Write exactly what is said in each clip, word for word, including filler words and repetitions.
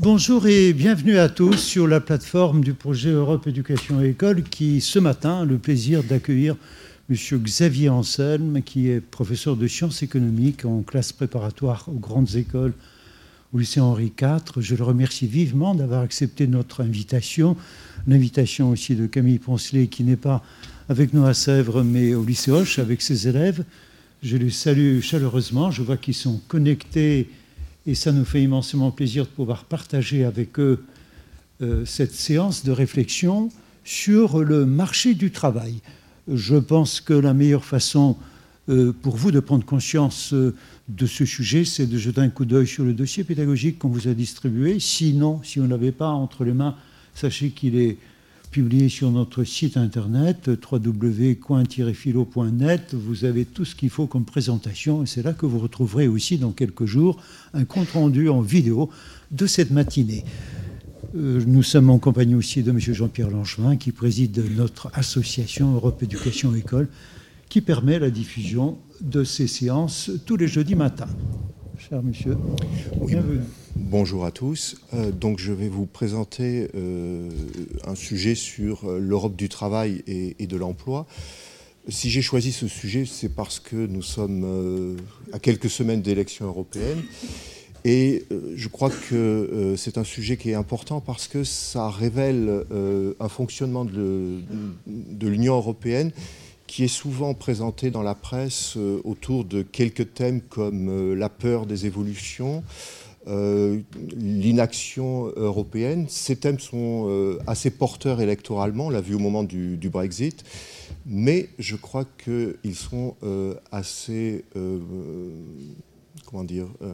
Bonjour et bienvenue à tous sur la plateforme du projet Europe Éducation et École qui, ce matin, a le plaisir d'accueillir M. Xavier Anselme, qui est professeur de sciences économiques en classe préparatoire aux grandes écoles au lycée Henri quatre. Je le remercie vivement d'avoir accepté notre invitation, l'invitation aussi de Camille Poncelet, qui n'est pas avec nous à Sèvres, mais au lycée Hoche avec ses élèves. Je les salue chaleureusement, je vois qu'ils sont connectés et ça nous fait immensément plaisir de pouvoir partager avec eux euh, cette séance de réflexion sur le marché du travail. Je pense que la meilleure façon euh, pour vous de prendre conscience euh, de ce sujet, c'est de jeter un coup d'œil sur le dossier pédagogique qu'on vous a distribué. Sinon, si vous ne l'avez pas entre les mains, sachez qu'il est publié sur notre site internet w w w point coin philo point net. Vous avez tout ce qu'il faut comme présentation et c'est là que vous retrouverez aussi dans quelques jours un compte-rendu en vidéo de cette matinée. Euh, nous sommes en compagnie aussi de M. Jean-Pierre Langevin qui préside notre association Europe Éducation École qui permet la diffusion de ces séances tous les jeudis matins. Cher monsieur, oui, bienvenue. Bonjour à tous. Euh, donc je vais vous présenter euh, un sujet sur l'Europe du travail et, et de l'emploi. Si j'ai choisi ce sujet, c'est parce que nous sommes euh, à quelques semaines d'élections européennes. Et euh, je crois que euh, c'est un sujet qui est important parce que ça révèle euh, un fonctionnement de, de l'Union européenne qui est souvent présenté dans la presse euh, autour de quelques thèmes comme euh, la peur des évolutions, euh, l'inaction européenne. Ces thèmes sont euh, assez porteurs électoralement, on l'a vu au moment du, du Brexit, mais je crois qu'ils sont euh, assez, euh, comment dire, euh,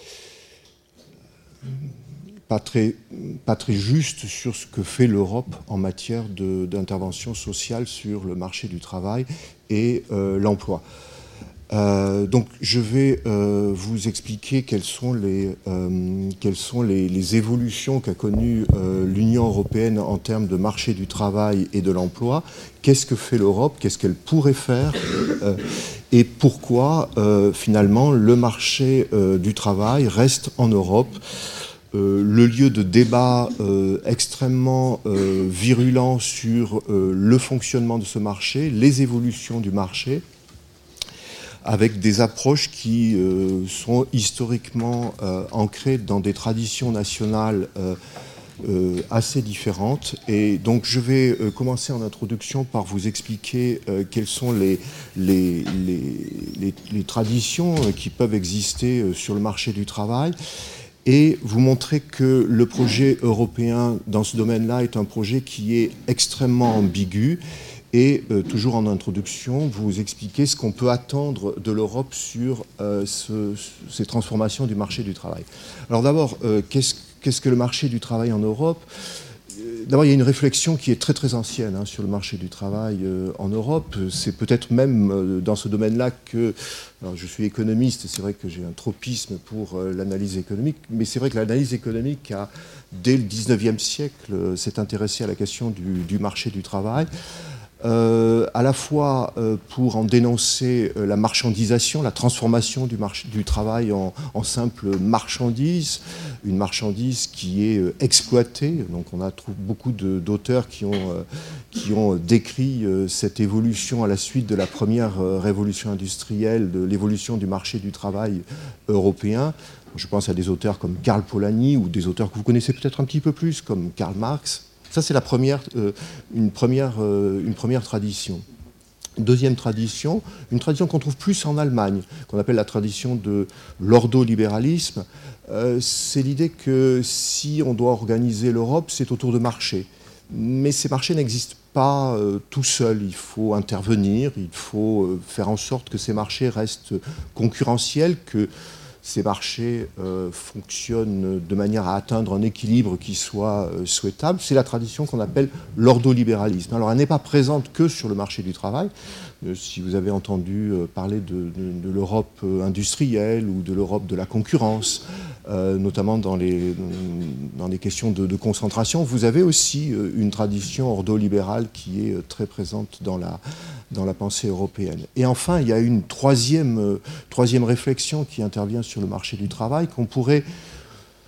pas très, pas très juste sur ce que fait l'Europe en matière de, d'intervention sociale sur le marché du travail et euh, l'emploi. Euh, donc je vais euh, vous expliquer quelles sont les, euh, quelles sont les, les évolutions qu'a connues euh, l'Union européenne en termes de marché du travail et de l'emploi, qu'est-ce que fait l'Europe, qu'est-ce qu'elle pourrait faire euh, et pourquoi euh, finalement le marché euh, du travail reste en Europe Euh, le lieu de débat euh, extrêmement euh, virulent sur euh, le fonctionnement de ce marché, les évolutions du marché, avec des approches qui euh, sont historiquement euh, ancrées dans des traditions nationales euh, euh, assez différentes. Et donc je vais euh, commencer en introduction par vous expliquer euh, quelles sont les, les, les, les, les traditions qui peuvent exister euh, sur le marché du travail, et vous montrer que le projet européen dans ce domaine-là est un projet qui est extrêmement ambigu et euh, toujours en introduction, vous expliquer ce qu'on peut attendre de l'Europe sur euh, ce, ces transformations du marché du travail. Alors d'abord, euh, qu'est-ce, qu'est-ce que le marché du travail en Europe ? D'abord, il y a une réflexion qui est très très ancienne hein, sur le marché du travail euh, en Europe. C'est peut-être même euh, dans ce domaine-là que... Alors, je suis économiste et c'est vrai que j'ai un tropisme pour euh, l'analyse économique, mais c'est vrai que l'analyse économique, a, dès le dix-neuvième siècle, euh, s'est intéressée à la question du, du marché du travail. Euh, à la fois euh, pour en dénoncer euh, la marchandisation, la transformation du, marché, du travail en, en simple marchandise, une marchandise qui est euh, exploitée. Donc on a trouvé beaucoup de, d'auteurs qui ont, euh, qui ont décrit euh, cette évolution à la suite de la première euh, révolution industrielle, de l'évolution du marché du travail européen. Je pense à des auteurs comme Karl Polanyi ou des auteurs que vous connaissez peut-être un petit peu plus, comme Karl Marx. Ça, c'est la première, euh, une, première, euh, une première tradition. Deuxième tradition, une tradition qu'on trouve plus en Allemagne, qu'on appelle la tradition de l'ordolibéralisme. Euh, c'est l'idée que si on doit organiser l'Europe, c'est autour de marchés. Mais ces marchés n'existent pas euh, tout seuls. Il faut intervenir, il faut euh, faire en sorte que ces marchés restent concurrentiels, que ces marchés euh, fonctionnent de manière à atteindre un équilibre qui soit euh, souhaitable. C'est la tradition qu'on appelle l'ordolibéralisme. Alors, elle n'est pas présente que sur le marché du travail. Euh, si vous avez entendu euh, parler de, de, de l'Europe euh, industrielle ou de l'Europe de la concurrence, euh, notamment dans les, dans les questions de, de concentration, vous avez aussi euh, une tradition ordolibérale qui est euh, très présente dans la, dans la pensée européenne. Et enfin, il y a une troisième, euh, troisième réflexion qui intervient sur le marché du travail qu'on pourrait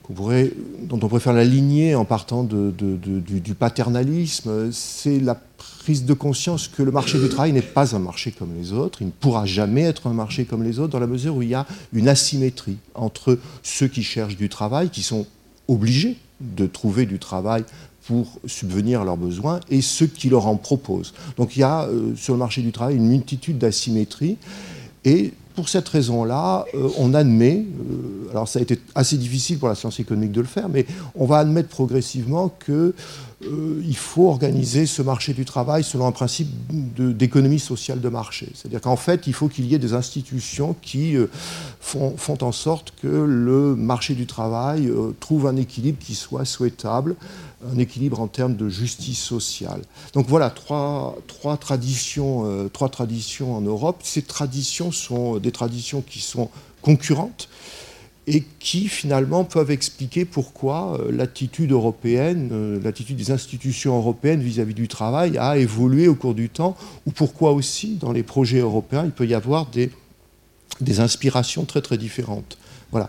qu'on pourrait, dont on pourrait faire la lignée en partant de, de, de, du, du paternalisme, c'est la prise de conscience que le marché du travail n'est pas un marché comme les autres, il ne pourra jamais être un marché comme les autres, dans la mesure où il y a une asymétrie entre ceux qui cherchent du travail, qui sont obligés de trouver du travail pour subvenir à leurs besoins, et ceux qui leur en proposent. Donc il y a euh, sur le marché du travail une multitude d'asymétries, et pour cette raison-là, euh, on admet, euh, alors ça a été assez difficile pour la science économique de le faire, mais on va admettre progressivement qu'il euh, faut organiser ce marché du travail selon un principe de, d'économie sociale de marché. C'est-à-dire qu'en fait, il faut qu'il y ait des institutions qui euh, font, font en sorte que le marché du travail euh, trouve un équilibre qui soit souhaitable, un équilibre en termes de justice sociale. Donc voilà, trois, trois, traditions, euh, trois traditions en Europe. Ces traditions sont des traditions qui sont concurrentes et qui finalement peuvent expliquer pourquoi euh, l'attitude européenne, euh, l'attitude des institutions européennes vis-à-vis du travail a évolué au cours du temps, ou pourquoi aussi dans les projets européens il peut y avoir des, des inspirations très très différentes. Voilà.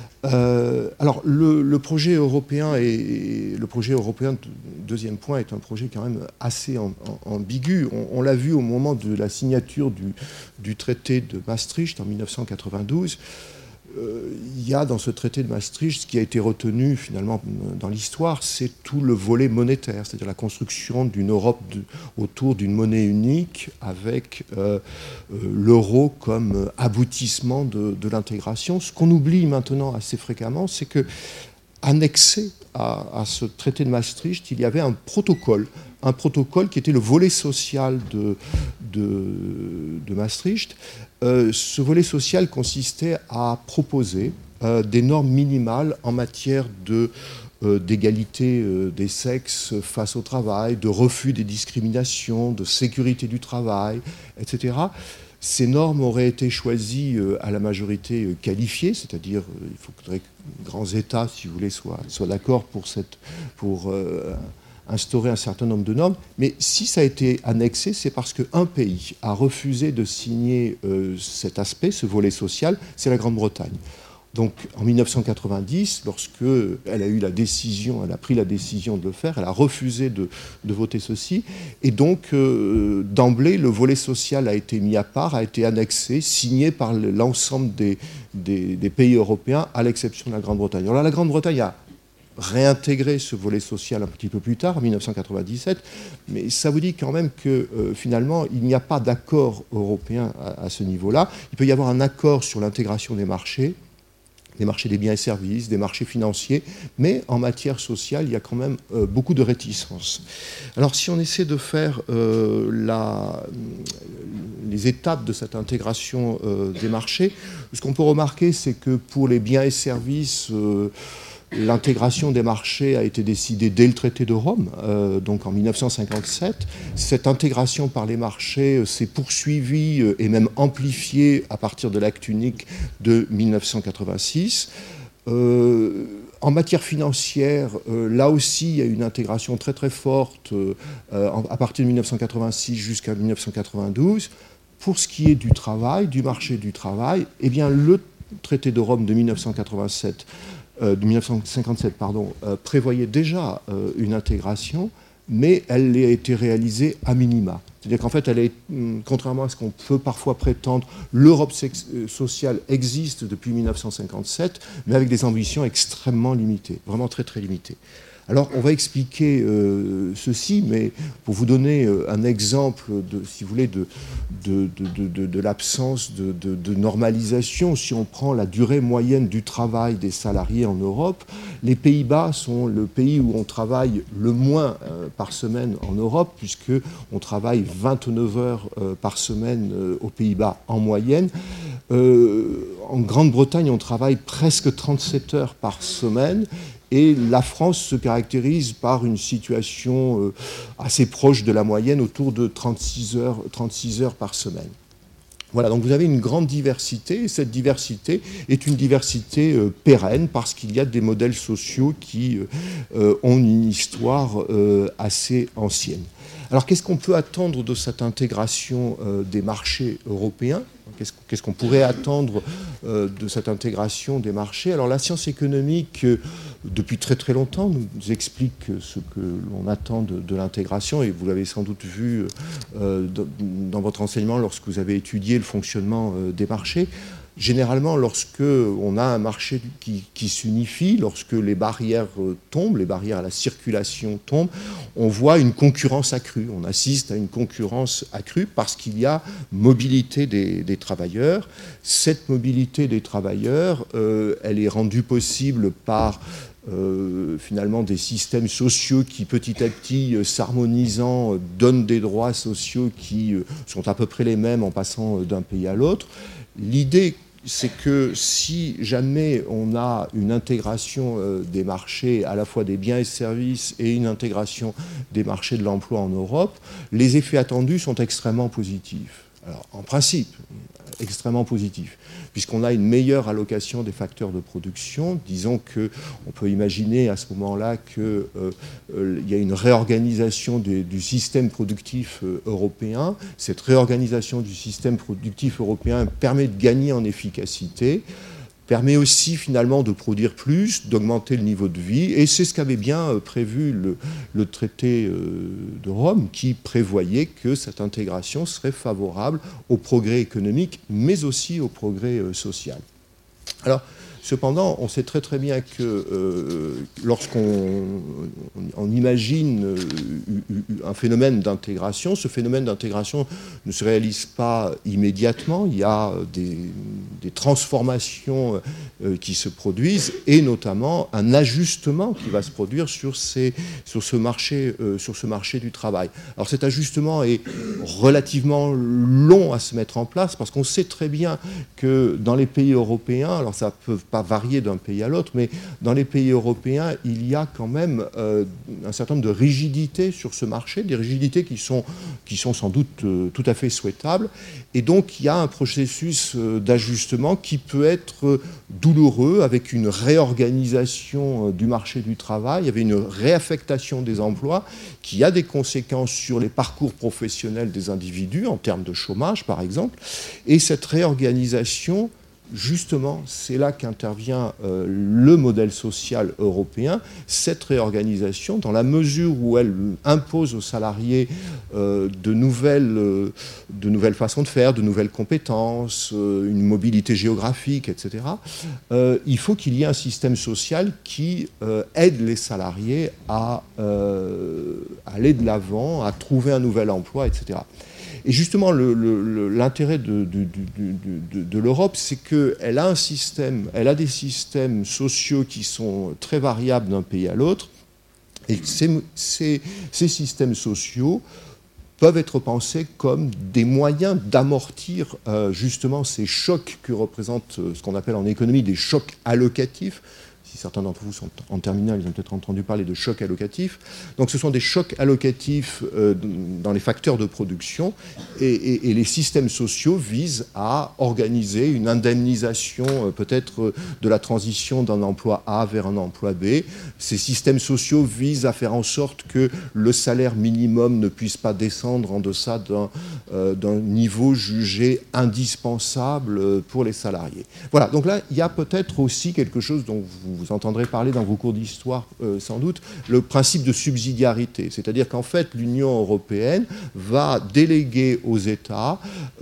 Euh, alors le, le projet européen et le projet européen, deuxième point, est un projet quand même assez en, en, ambigu. On, on l'a vu au moment de la signature du, du traité de Maastricht en mille neuf cent quatre-vingt-douze. Euh, il y a dans ce traité de Maastricht, ce qui a été retenu finalement dans l'histoire, c'est tout le volet monétaire, c'est-à-dire la construction d'une Europe de, autour d'une monnaie unique avec euh, euh, l'euro comme aboutissement de, de l'intégration. Ce qu'on oublie maintenant assez fréquemment, c'est que annexé à, à ce traité de Maastricht, il y avait un protocole, un protocole qui était le volet social de, de, de Maastricht. Euh, ce volet social consistait à proposer euh, des normes minimales en matière de, euh, d'égalité euh, des sexes face au travail, de refus des discriminations, de sécurité du travail, et cetera. Ces normes auraient été choisies euh, à la majorité euh, qualifiée, c'est-à-dire euh, il faudrait que les grands États, si vous voulez, soient, soient d'accord pour, cette, pour euh, instaurer un certain nombre de normes. Mais si ça a été annexé, c'est parce qu'un pays a refusé de signer euh, cet aspect, ce volet social, c'est la Grande-Bretagne. Donc en mille neuf cent quatre-vingt-dix, lorsque elle a eu la décision, elle a pris la décision de le faire, elle a refusé de, de voter ceci, et donc euh, d'emblée le volet social a été mis à part, a été annexé, signé par l'ensemble des, des, des pays européens, à l'exception de la Grande-Bretagne. Alors là, la Grande-Bretagne a réintégré ce volet social un petit peu plus tard, en mille neuf cent quatre-vingt-dix-sept, mais ça vous dit quand même que euh, finalement il n'y a pas d'accord européen à, à ce niveau-là. Il peut y avoir un accord sur l'intégration des marchés, des marchés des biens et services, des marchés financiers, mais en matière sociale, il y a quand même euh, beaucoup de réticences. Alors si on essaie de faire euh, la, les étapes de cette intégration euh, des marchés, ce qu'on peut remarquer, c'est que pour les biens et services, euh, l'intégration des marchés a été décidée dès le traité de Rome, euh, donc en mille neuf cent cinquante-sept. Cette intégration par les marchés euh, s'est poursuivie euh, et même amplifiée à partir de l'acte unique de mille neuf cent quatre-vingt-six. Euh, en matière financière, euh, là aussi, il y a une intégration très très forte euh, à partir de mille neuf cent quatre-vingt-six jusqu'à mille neuf cent quatre-vingt-douze. Pour ce qui est du travail, du marché du travail, eh bien, le traité de Rome de mille neuf cent quatre-vingt-sept Euh, de mille neuf cent cinquante-sept, pardon, euh, prévoyait déjà euh, une intégration, mais elle a été réalisée à minima. C'est-à-dire qu'en fait, elle est, contrairement à ce qu'on peut parfois prétendre, l'Europe sociale existe depuis mille neuf cent cinquante-sept, mais avec des ambitions extrêmement limitées, vraiment très très limitées. Alors, on va expliquer euh, ceci, mais pour vous donner euh, un exemple, de, si vous voulez, de, de, de, de, de l'absence de, de, de normalisation, si on prend la durée moyenne du travail des salariés en Europe, les Pays-Bas sont le pays où on travaille le moins euh, par semaine en Europe, puisqu'on travaille vingt-neuf heures euh, par semaine euh, aux Pays-Bas en moyenne. Euh, en Grande-Bretagne, on travaille presque trente-sept heures par semaine. Et la France se caractérise par une situation euh, assez proche de la moyenne, autour de trente-six heures, trente-six heures par semaine. Voilà, donc vous avez une grande diversité, et cette diversité est une diversité euh, pérenne, parce qu'il y a des modèles sociaux qui euh, ont une histoire euh, assez ancienne. Alors qu'est-ce qu'on peut attendre de cette intégration euh, des marchés européens ? Qu'est-ce, qu'est-ce qu'on pourrait attendre euh, de cette intégration des marchés? Alors la science économique, euh, depuis très très longtemps, nous explique ce que l'on attend de, de l'intégration, et vous l'avez sans doute vu euh, dans, dans votre enseignement lorsque vous avez étudié le fonctionnement euh, des marchés. Généralement, lorsque on a un marché qui, qui s'unifie, lorsque les barrières tombent, les barrières à la circulation tombent, on voit une concurrence accrue. On assiste à une concurrence accrue parce qu'il y a mobilité des, des travailleurs. Cette mobilité des travailleurs, euh, elle est rendue possible par Euh, finalement des systèmes sociaux qui petit à petit euh, s'harmonisant euh, donnent des droits sociaux qui euh, sont à peu près les mêmes en passant euh, d'un pays à l'autre. L'idée, c'est que si jamais on a une intégration euh, des marchés, à la fois des biens et services, et une intégration des marchés de l'emploi en Europe, les effets attendus sont extrêmement positifs. Alors, en principe, extrêmement positif, puisqu'on a une meilleure allocation des facteurs de production. Disons qu'on peut imaginer à ce moment-là qu'il euh, euh, y a une réorganisation des, du système productif euh, européen. Cette réorganisation du système productif européen permet de gagner en efficacité, permet aussi finalement de produire plus, d'augmenter le niveau de vie, et c'est ce qu'avait bien prévu le, le traité de Rome, qui prévoyait que cette intégration serait favorable au progrès économique, mais aussi au progrès social. Alors, cependant, on sait très très bien que euh, lorsqu'on on imagine euh, un phénomène d'intégration, ce phénomène d'intégration ne se réalise pas immédiatement. Il y a des, des transformations euh, qui se produisent, et notamment un ajustement qui va se produire sur, ces, sur, ce, marché, euh, sur ce marché du travail. Alors cet ajustement est relativement long à se mettre en place, parce qu'on sait très bien que dans les pays européens, alors ça peut pas varier d'un pays à l'autre, mais dans les pays européens, il y a quand même euh, un certain nombre de rigidités sur ce marché, des rigidités qui sont, qui sont sans doute euh, tout à fait souhaitables. Et donc, il y a un processus euh, d'ajustement qui peut être euh, douloureux, avec une réorganisation euh, du marché du travail, avec une réaffectation des emplois, qui a des conséquences sur les parcours professionnels des individus, en termes de chômage, par exemple. Et cette réorganisation, justement, c'est là qu'intervient euh, le modèle social européen. Cette réorganisation, dans la mesure où elle impose aux salariés euh, de, nouvelles, euh, de nouvelles façons de faire, de nouvelles compétences, euh, une mobilité géographique, et cetera, euh, il faut qu'il y ait un système social qui euh, aide les salariés à euh, aller de l'avant, à trouver un nouvel emploi, et cetera. Et justement, le, le, l'intérêt de, de, de, de, de l'Europe, c'est qu'elle a un système, elle a des systèmes sociaux qui sont très variables d'un pays à l'autre, et ces, ces, ces systèmes sociaux peuvent être pensés comme des moyens d'amortir euh, justement ces chocs que représentent ce qu'on appelle en économie des chocs allocatifs. Si certains d'entre vous sont en terminale, ils ont peut-être entendu parler de chocs allocatifs. Donc ce sont des chocs allocatifs euh, dans les facteurs de production, et, et, et les systèmes sociaux visent à organiser une indemnisation euh, peut-être euh, de la transition d'un emploi A vers un emploi B. Ces systèmes sociaux visent à faire en sorte que le salaire minimum ne puisse pas descendre en deçà d'un, euh, d'un niveau jugé indispensable pour les salariés. Voilà, donc là, il y a peut-être aussi quelque chose dont vous vous entendrez parler dans vos cours d'histoire euh, sans doute, le principe de subsidiarité. C'est-à-dire qu'en fait, l'Union européenne va déléguer aux États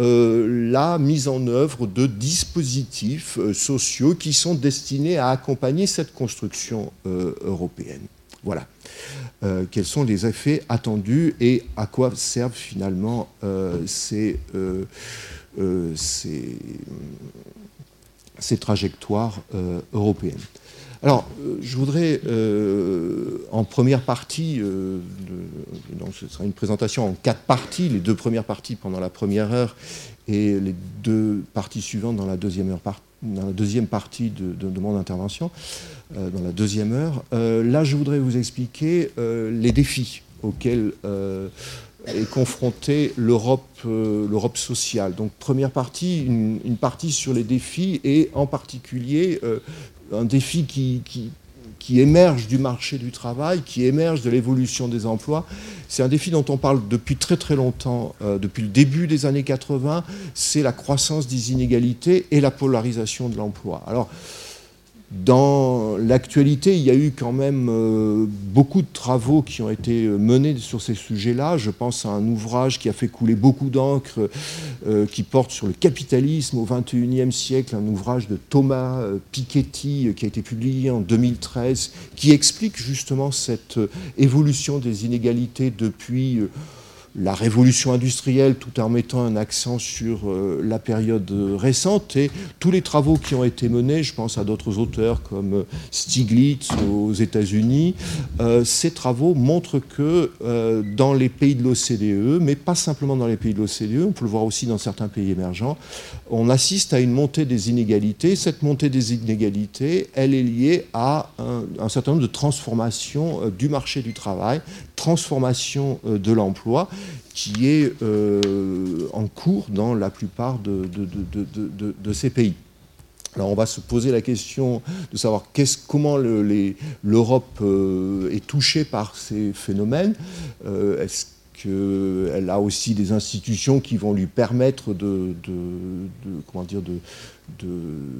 euh, la mise en œuvre de dispositifs euh, sociaux qui sont destinés à accompagner cette construction euh, européenne. Voilà. Euh, quels sont les effets attendus et à quoi servent finalement euh, ces, euh, euh, ces, ces trajectoires euh, européennes. Alors, euh, je voudrais, euh, en première partie, euh, de, donc ce sera une présentation en quatre parties, les deux premières parties pendant la première heure et les deux parties suivantes dans la deuxième, heure par, dans la deuxième partie de, de, de mon intervention, euh, dans la deuxième heure. Euh, là, je voudrais vous expliquer euh, les défis auxquels euh, est confrontée l'Europe, euh, l'Europe sociale. Donc, première partie, une, une partie sur les défis et en particulier... Euh, un défi qui, qui, qui émergent du marché du travail, qui émergent de l'évolution des emplois. C'est un défi dont on parle depuis très très longtemps, euh, depuis le début des années quatre-vingts, c'est la croissance des inégalités et la polarisation de l'emploi. Alors, dans l'actualité, il y a eu quand même euh, beaucoup de travaux qui ont été menés sur ces sujets-là. Je pense à un ouvrage qui a fait couler beaucoup d'encre, euh, qui porte sur le capitalisme au vingt et unième siècle, un ouvrage de Thomas euh, Piketty euh, qui a été publié en deux mille treize, qui explique justement cette euh, évolution des inégalités depuis euh, la révolution industrielle, tout en mettant un accent sur euh, la période récente, et tous les travaux qui ont été menés, je pense à d'autres auteurs comme Stiglitz aux États-Unis, euh, ces travaux montrent que euh, dans les pays de l'O C D E, mais pas simplement dans les pays de l'O C D E, on peut le voir aussi dans certains pays émergents, on assiste à une montée des inégalités. Cette montée des inégalités, elle est liée à un, un certain nombre de transformations euh, du marché du travail, transformation euh, de l'emploi, qui est euh, en cours dans la plupart de, de, de, de, de, de ces pays. Alors on va se poser la question de savoir comment le, les, l'Europe euh, est touchée par ces phénomènes. Euh, est-ce qu'elle a aussi des institutions qui vont lui permettre de, de, de comment dire, de, de,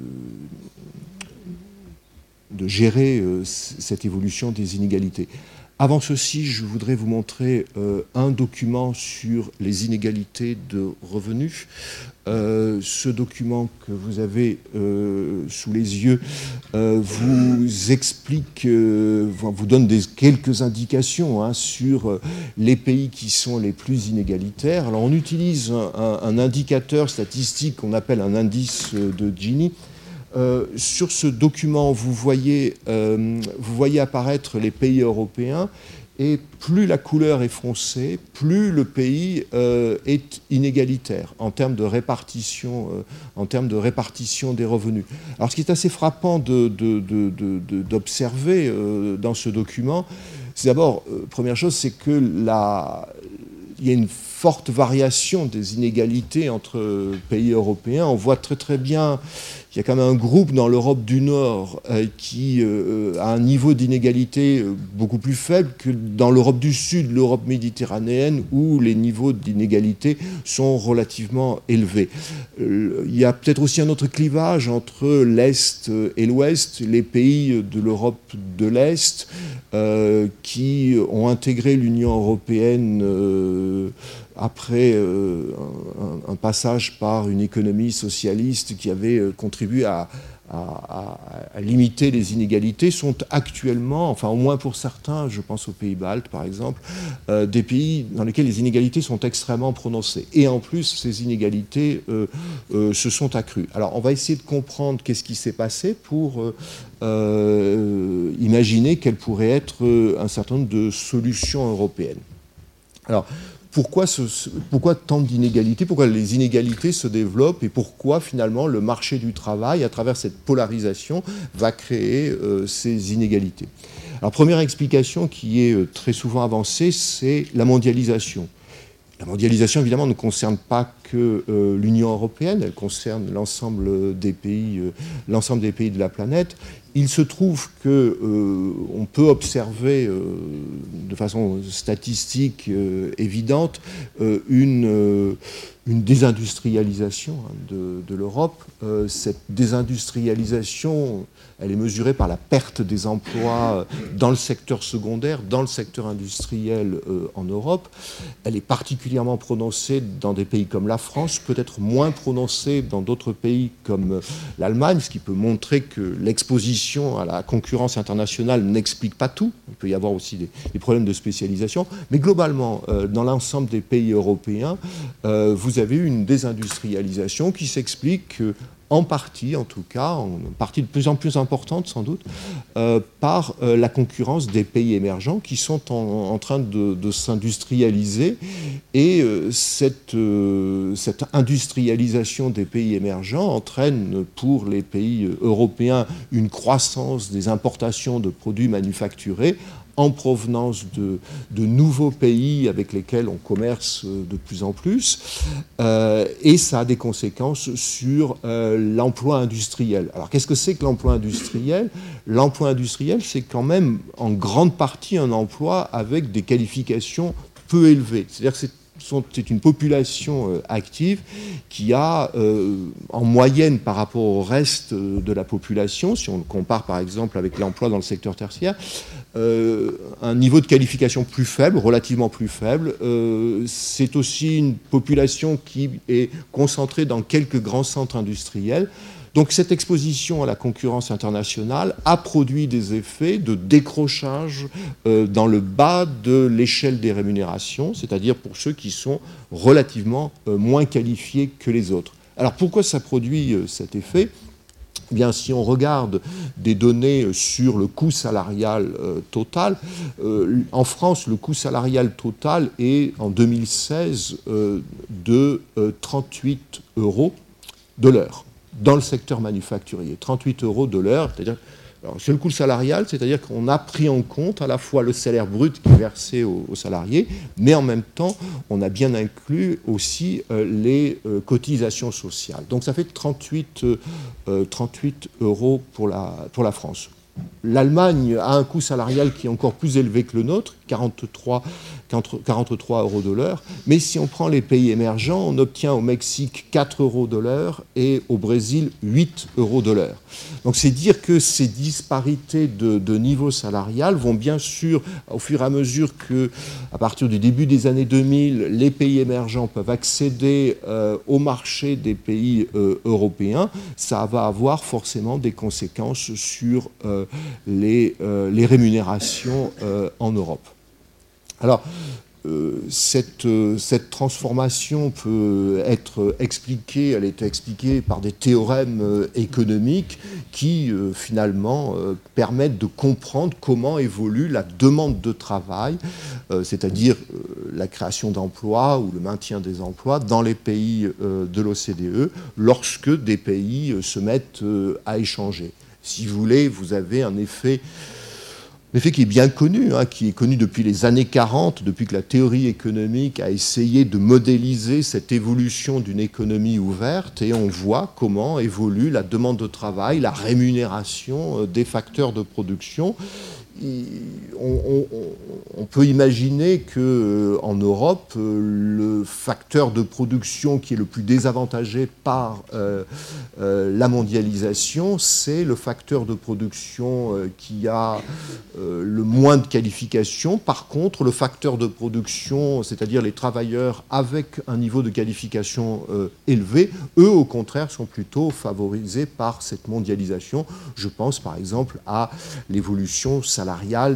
de gérer euh, cette évolution des inégalités. Avant ceci, je voudrais vous montrer euh, un document sur les inégalités de revenus. Euh, ce document que vous avez euh, sous les yeux euh, vous explique, euh, vous donne des, quelques indications hein, sur les pays qui sont les plus inégalitaires. Alors on utilise un, un, un indicateur statistique qu'on appelle un indice de Gini. Euh, sur ce document, vous voyez, euh, vous voyez apparaître les pays européens, et plus la couleur est foncée, plus le pays euh, est inégalitaire en termes de répartition, euh, en termes de répartition des revenus. Alors, ce qui est assez frappant de, de, de, de, de, d'observer euh, dans ce document, c'est d'abord, euh, première chose, c'est que la, il y a une forte variation des inégalités entre pays européens. On voit très très bien qu'il y a quand même un groupe dans l'Europe du Nord euh, qui euh, a un niveau d'inégalité beaucoup plus faible que dans l'Europe du Sud, l'Europe méditerranéenne, où les niveaux d'inégalité sont relativement élevés. Euh, il y a peut-être aussi un autre clivage entre l'Est et l'Ouest, les pays de l'Europe de l'Est euh, qui ont intégré l'Union européenne euh, après euh, un, un passage par une économie socialiste qui avait euh, contribué à, à, à, à limiter les inégalités, sont actuellement, enfin au moins pour certains, je pense aux pays baltes par exemple, euh, des pays dans lesquels les inégalités sont extrêmement prononcées. Et en plus, ces inégalités euh, euh, se sont accrues. Alors on va essayer de comprendre qu'est-ce qui s'est passé pour euh, euh, imaginer quel pourrait être euh, un certain nombre de solutions européennes. Alors, Pourquoi, ce, pourquoi tant d'inégalités, pourquoi les inégalités se développent et pourquoi finalement le marché du travail, à travers cette polarisation, va créer euh, ces inégalités. Alors première explication qui est euh, très souvent avancée, c'est la mondialisation. La mondialisation évidemment ne concerne pas que euh, l'Union européenne, elle concerne l'ensemble des pays, euh, l'ensemble des pays de la planète. Il se trouve qu'on euh, peut observer euh, de façon statistique euh, évidente euh, une, euh, une désindustrialisation hein, de, de l'Europe. Euh, cette désindustrialisation, elle est mesurée par la perte des emplois dans le secteur secondaire, dans le secteur industriel euh, en Europe. Elle est particulièrement prononcée dans des pays comme la France, peut-être moins prononcée dans d'autres pays comme l'Allemagne, ce qui peut montrer que l'exposition à la concurrence internationale n'explique pas tout. Il peut y avoir aussi des, des problèmes de spécialisation. Mais globalement, euh, dans l'ensemble des pays européens, euh, vous avez eu une désindustrialisation qui s'explique euh, en partie, en tout cas, en partie de plus en plus importante sans doute, euh, par euh, la concurrence des pays émergents qui sont en, en train de, de s'industrialiser. Et euh, cette, euh, cette industrialisation des pays émergents entraîne pour les pays européens une croissance des importations de produits manufacturés en provenance de, de nouveaux pays avec lesquels on commerce de plus en plus, euh, et ça a des conséquences sur euh, l'emploi industriel. Alors qu'est-ce que c'est que l'emploi industriel ? L'emploi industriel, c'est quand même en grande partie un emploi avec des qualifications peu élevées. C'est-à-dire que c'est c'est une population euh, active qui a, euh, en moyenne par rapport au reste de la population, si on le compare par exemple avec l'emploi dans le secteur tertiaire, euh, un niveau de qualification plus faible, relativement plus faible. Euh, c'est aussi une population qui est concentrée dans quelques grands centres industriels. Donc cette exposition à la concurrence internationale a produit des effets de décrochage euh, dans le bas de l'échelle des rémunérations, c'est-à-dire pour ceux qui sont relativement euh, moins qualifiés que les autres. Alors pourquoi ça produit euh, cet effet ? Eh bien, si on regarde des données sur le coût salarial euh, total, euh, en France, le coût salarial total est en deux mille seize euh, de euh, trente-huit euros de l'heure. Dans le secteur manufacturier, trente-huit euros de l'heure, c'est-à-dire, alors c'est le coût salarial, c'est-à-dire qu'on a pris en compte à la fois le salaire brut qui est versé aux, aux salariés, mais en même temps, on a bien inclus aussi euh, les euh, cotisations sociales. Donc ça fait trente-huit, euh, trente-huit euros pour la, pour la France. L'Allemagne a un coût salarial qui est encore plus élevé que le nôtre, quarante-trois, quarante-trois euros de l'heure. Mais si on prend les pays émergents, on obtient au Mexique quatre euros de l'heure et au Brésil huit euros de l'heure. Donc c'est dire que ces disparités de, de niveau salarial vont bien sûr, au fur et à mesure que, à partir du début des années deux mille, les pays émergents peuvent accéder euh, au marché des pays euh, européens, ça va avoir forcément des conséquences sur euh, les, euh, les rémunérations euh, en Europe. Alors, euh, cette, euh, cette transformation peut être expliquée, elle est expliquée par des théorèmes euh, économiques qui, euh, finalement, euh, permettent de comprendre comment évolue la demande de travail, euh, c'est-à-dire euh, la création d'emplois ou le maintien des emplois dans les pays euh, de l'O C D E, lorsque des pays euh, se mettent euh, à échanger. Si vous voulez, vous avez un effet... Un effet qui est bien connu, hein, qui est connu depuis les années quarante, depuis que la théorie économique a essayé de modéliser cette évolution d'une économie ouverte, et on voit comment évolue la demande de travail, la rémunération des facteurs de production. On, on, on peut imaginer qu'en Europe, le facteur de production qui est le plus désavantagé par euh, euh, la mondialisation, c'est le facteur de production euh, qui a euh, le moins de qualification. Par contre, le facteur de production, c'est-à-dire les travailleurs avec un niveau de qualification euh, élevé, eux, au contraire, sont plutôt favorisés par cette mondialisation. Je pense, par exemple, à l'évolution salariale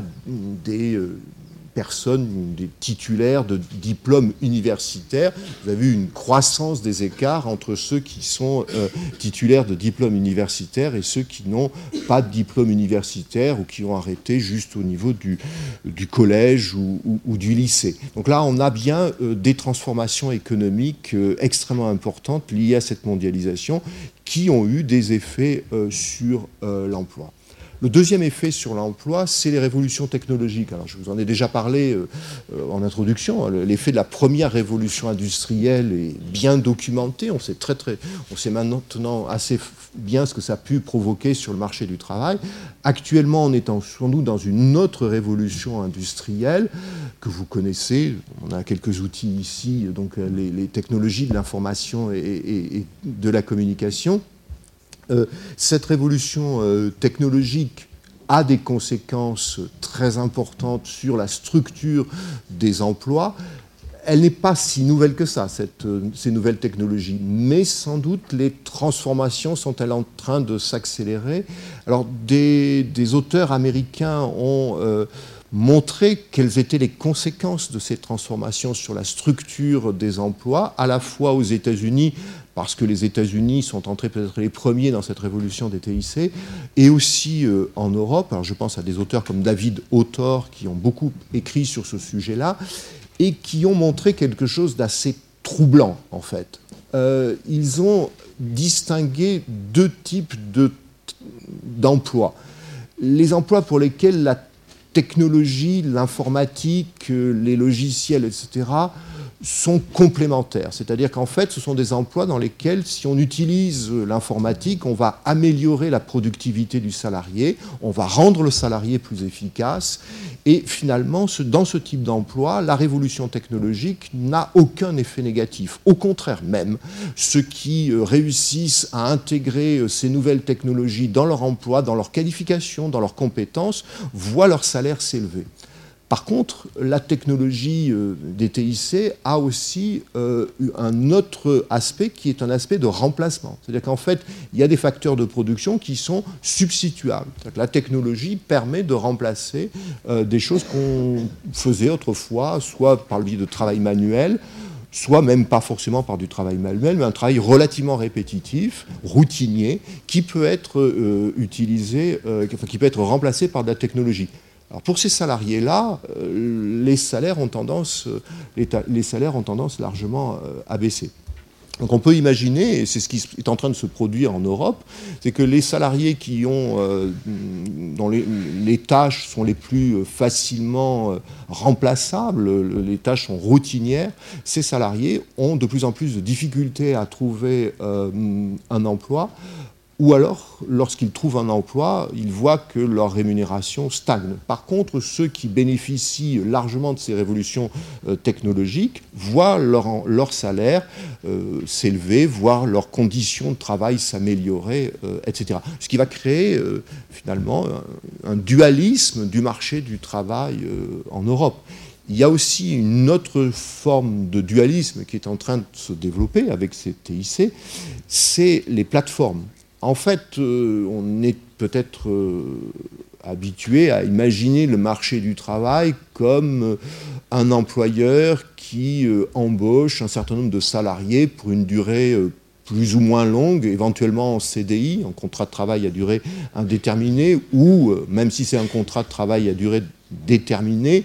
des euh, personnes, des titulaires de diplômes universitaires. Vous avez vu une croissance des écarts entre ceux qui sont euh, titulaires de diplômes universitaires et ceux qui n'ont pas de diplôme universitaire ou qui ont arrêté juste au niveau du, du collège ou, ou, ou du lycée. Donc là, on a bien euh, des transformations économiques euh, extrêmement importantes liées à cette mondialisation qui ont eu des effets euh, sur euh, l'emploi. Le deuxième effet sur l'emploi, c'est les révolutions technologiques. Alors, je vous en ai déjà parlé euh, en introduction. L'effet de la première révolution industrielle est bien documenté. On sait très, très, on sait maintenant assez bien ce que ça a pu provoquer sur le marché du travail. Actuellement, on est sans doute dans une autre révolution industrielle que vous connaissez. On a quelques outils ici, donc les, les technologies de l'information et, et, et de la communication. Euh, cette révolution euh, technologique a des conséquences très importantes sur la structure des emplois. Elle n'est pas si nouvelle que ça, cette, euh, ces nouvelles technologies, mais sans doute les transformations sont-elles en train de s'accélérer. Alors, des, des auteurs américains ont euh, montré quelles étaient les conséquences de ces transformations sur la structure des emplois, à la fois aux États-Unis, parce que les États-Unis sont entrés peut-être les premiers dans cette révolution des T I C, et aussi euh, en Europe. Alors je pense à des auteurs comme David Autor qui ont beaucoup écrit sur ce sujet-là, et qui ont montré quelque chose d'assez troublant, en fait. Euh, ils ont distingué deux types de, d'emplois. Les emplois pour lesquels la technologie, l'informatique, les logiciels, et cetera, sont complémentaires. C'est-à-dire qu'en fait, ce sont des emplois dans lesquels, si on utilise l'informatique, on va améliorer la productivité du salarié, on va rendre le salarié plus efficace, et finalement, dans ce type d'emploi, la révolution technologique n'a aucun effet négatif. Au contraire même, ceux qui réussissent à intégrer ces nouvelles technologies dans leur emploi, dans leur qualification, dans leurs compétences, voient leur salaire s'élever. Par contre, la technologie euh, des T I C a aussi euh, un autre aspect qui est un aspect de remplacement. C'est-à-dire qu'en fait, il y a des facteurs de production qui sont substituables. C'est-à-dire que la technologie permet de remplacer euh, des choses qu'on faisait autrefois, soit par le biais de travail manuel, soit même pas forcément par du travail manuel, mais un travail relativement répétitif, routinier, qui peut être euh, utilisé, euh, enfin, qui peut être remplacé par de la technologie. Alors pour ces salariés-là, euh, les salaires ont tendance, euh, les, les salaires ont tendance largement euh, à baisser. Donc on peut imaginer, et c'est ce qui est en train de se produire en Europe, c'est que les salariés qui ont, euh, dont les, les tâches sont les plus facilement euh, remplaçables, les tâches sont routinières, ces salariés ont de plus en plus de difficultés à trouver euh, un emploi. Ou alors, lorsqu'ils trouvent un emploi, ils voient que leur rémunération stagne. Par contre, ceux qui bénéficient largement de ces révolutions euh, technologiques voient leur, leur salaire euh, s'élever, voient leurs conditions de travail s'améliorer, euh, et cetera. Ce qui va créer euh, finalement un, un dualisme du marché du travail euh, en Europe. Il y a aussi une autre forme de dualisme qui est en train de se développer avec ces T I C, c'est les plateformes. En fait, euh, on est peut-être euh, habitué à imaginer le marché du travail comme euh, un employeur qui euh, embauche un certain nombre de salariés pour une durée euh, plus ou moins longue, éventuellement en C D I, en contrat de travail à durée indéterminée, ou, euh, même si c'est un contrat de travail à durée déterminée,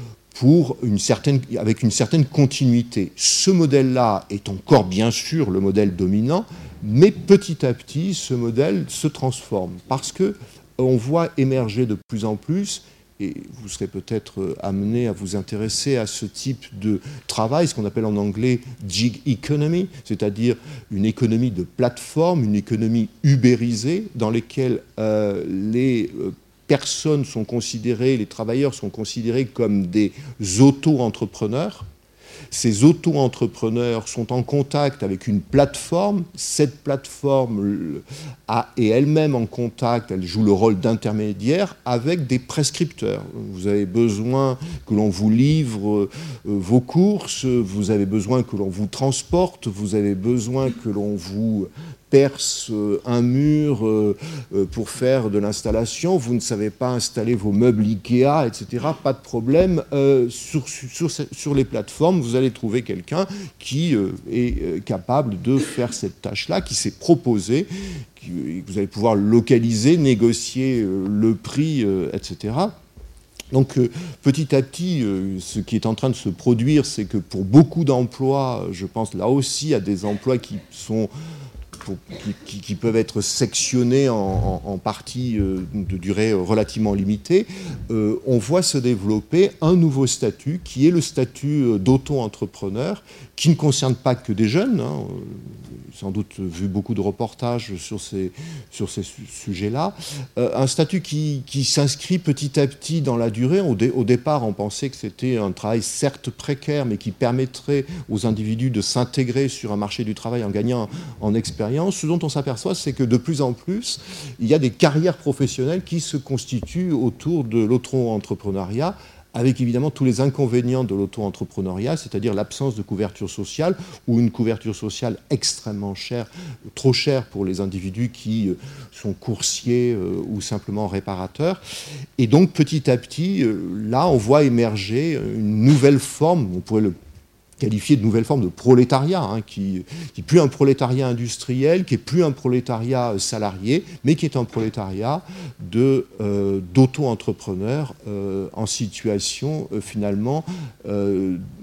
pour une certaine, avec une certaine continuité. Ce modèle-là est encore bien sûr le modèle dominant, mais petit à petit, ce modèle se transforme parce qu'on voit émerger de plus en plus, et vous serez peut-être amené à vous intéresser à ce type de travail, ce qu'on appelle en anglais gig economy, c'est-à-dire une économie de plateforme, une économie ubérisée, dans laquelle euh, les euh, personnes sont considérées, les travailleurs sont considérés comme des auto-entrepreneurs. Ces auto-entrepreneurs sont en contact avec une plateforme. Cette plateforme a, est elle-même en contact, elle joue le rôle d'intermédiaire avec des prescripteurs. Vous avez besoin que l'on vous livre euh, vos courses, vous avez besoin que l'on vous transporte, vous avez besoin que l'on vous perce un mur euh, pour faire de l'installation, vous ne savez pas installer vos meubles Ikea, et cetera. Pas de problème. Euh, sur, sur, sur les plateformes, vous allez trouver quelqu'un qui euh, est euh, capable de faire cette tâche-là, qui s'est proposé, qui, vous allez pouvoir localiser, négocier euh, le prix, euh, et cetera. Donc euh, petit à petit, euh, ce qui est en train de se produire, c'est que pour beaucoup d'emplois, je pense là aussi à des emplois qui sont Pour, qui, qui peuvent être sectionnés en, en, en parties euh, de durée relativement limitée, euh, on voit se développer un nouveau statut qui est le statut d'auto-entrepreneur, qui ne concerne pas que des jeunes. Hein. Sans doute vu beaucoup de reportages sur ces, sur ces sujets-là. Euh, un statut qui, qui s'inscrit petit à petit dans la durée. Au, dé, au départ, on pensait que c'était un travail certes précaire, mais qui permettrait aux individus de s'intégrer sur un marché du travail en gagnant en expérience. Ce dont on s'aperçoit, c'est que de plus en plus, il y a des carrières professionnelles qui se constituent autour de l'auto-entrepreneuriat, avec évidemment tous les inconvénients de l'auto-entrepreneuriat, c'est-à-dire l'absence de couverture sociale ou une couverture sociale extrêmement chère, trop chère pour les individus qui sont coursiers ou simplement réparateurs. Et donc petit à petit, là, on voit émerger une nouvelle forme, on pourrait le qualifié de nouvelle forme de prolétariat, hein, qui n'est plus un prolétariat industriel, qui n'est plus un prolétariat salarié, mais qui est un prolétariat de, euh, d'auto-entrepreneurs euh, en situation euh, finalement euh,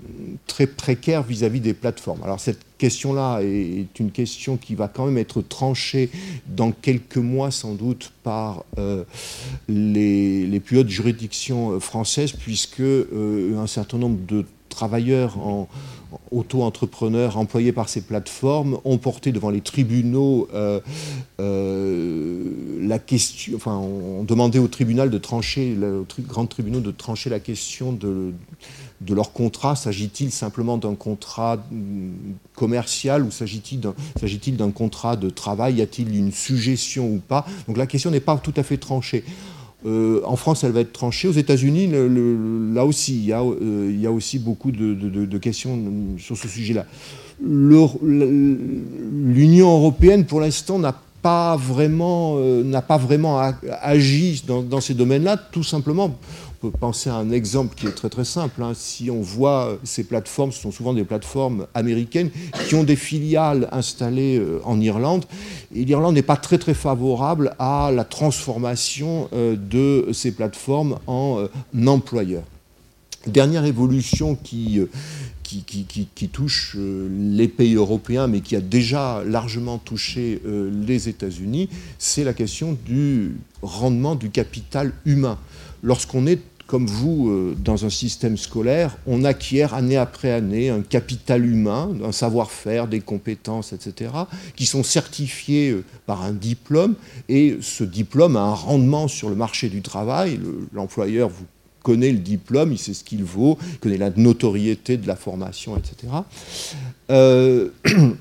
très précaire vis-à-vis des plateformes. Alors cette question-là est une question qui va quand même être tranchée dans quelques mois sans doute par euh, les, les plus hautes juridictions françaises, puisque euh, un certain nombre de travailleurs en auto-entrepreneurs employés par ces plateformes ont porté devant les tribunaux euh, euh, la question, enfin, ont demandé au tribunal de trancher, au tri- grand tribunal de trancher la question de, de leur contrat. S'agit-il simplement d'un contrat commercial ou s'agit-il d'un, s'agit-il d'un contrat de travail? Y a-t-il une suggestion ou pas? Donc la question n'est pas tout à fait tranchée. Euh, en France, elle va être tranchée. Aux États-Unis, le, le, là aussi, il y, euh, il y a aussi beaucoup de, de, de questions sur ce sujet-là. Le, L'Union européenne, pour l'instant, n'a pas vraiment, euh, n'a pas vraiment agi dans, dans ces domaines-là, tout simplement. On peut penser à un exemple qui est très très simple. Hein. Si on voit ces plateformes, ce sont souvent des plateformes américaines qui ont des filiales installées euh, en Irlande. Et l'Irlande n'est pas très très favorable à la transformation euh, de ces plateformes en euh, employeurs. Dernière évolution qui, euh, qui, qui, qui, qui touche euh, les pays européens, mais qui a déjà largement touché euh, les États-Unis, c'est la question du rendement du capital humain. Lorsqu'on est comme vous, dans un système scolaire, on acquiert année après année un capital humain, un savoir-faire, des compétences, et cetera, qui sont certifiés par un diplôme, et ce diplôme a un rendement sur le marché du travail. Le, l'employeur vous connaît le diplôme, il sait ce qu'il vaut, il connaît la notoriété de la formation, et cetera. Euh,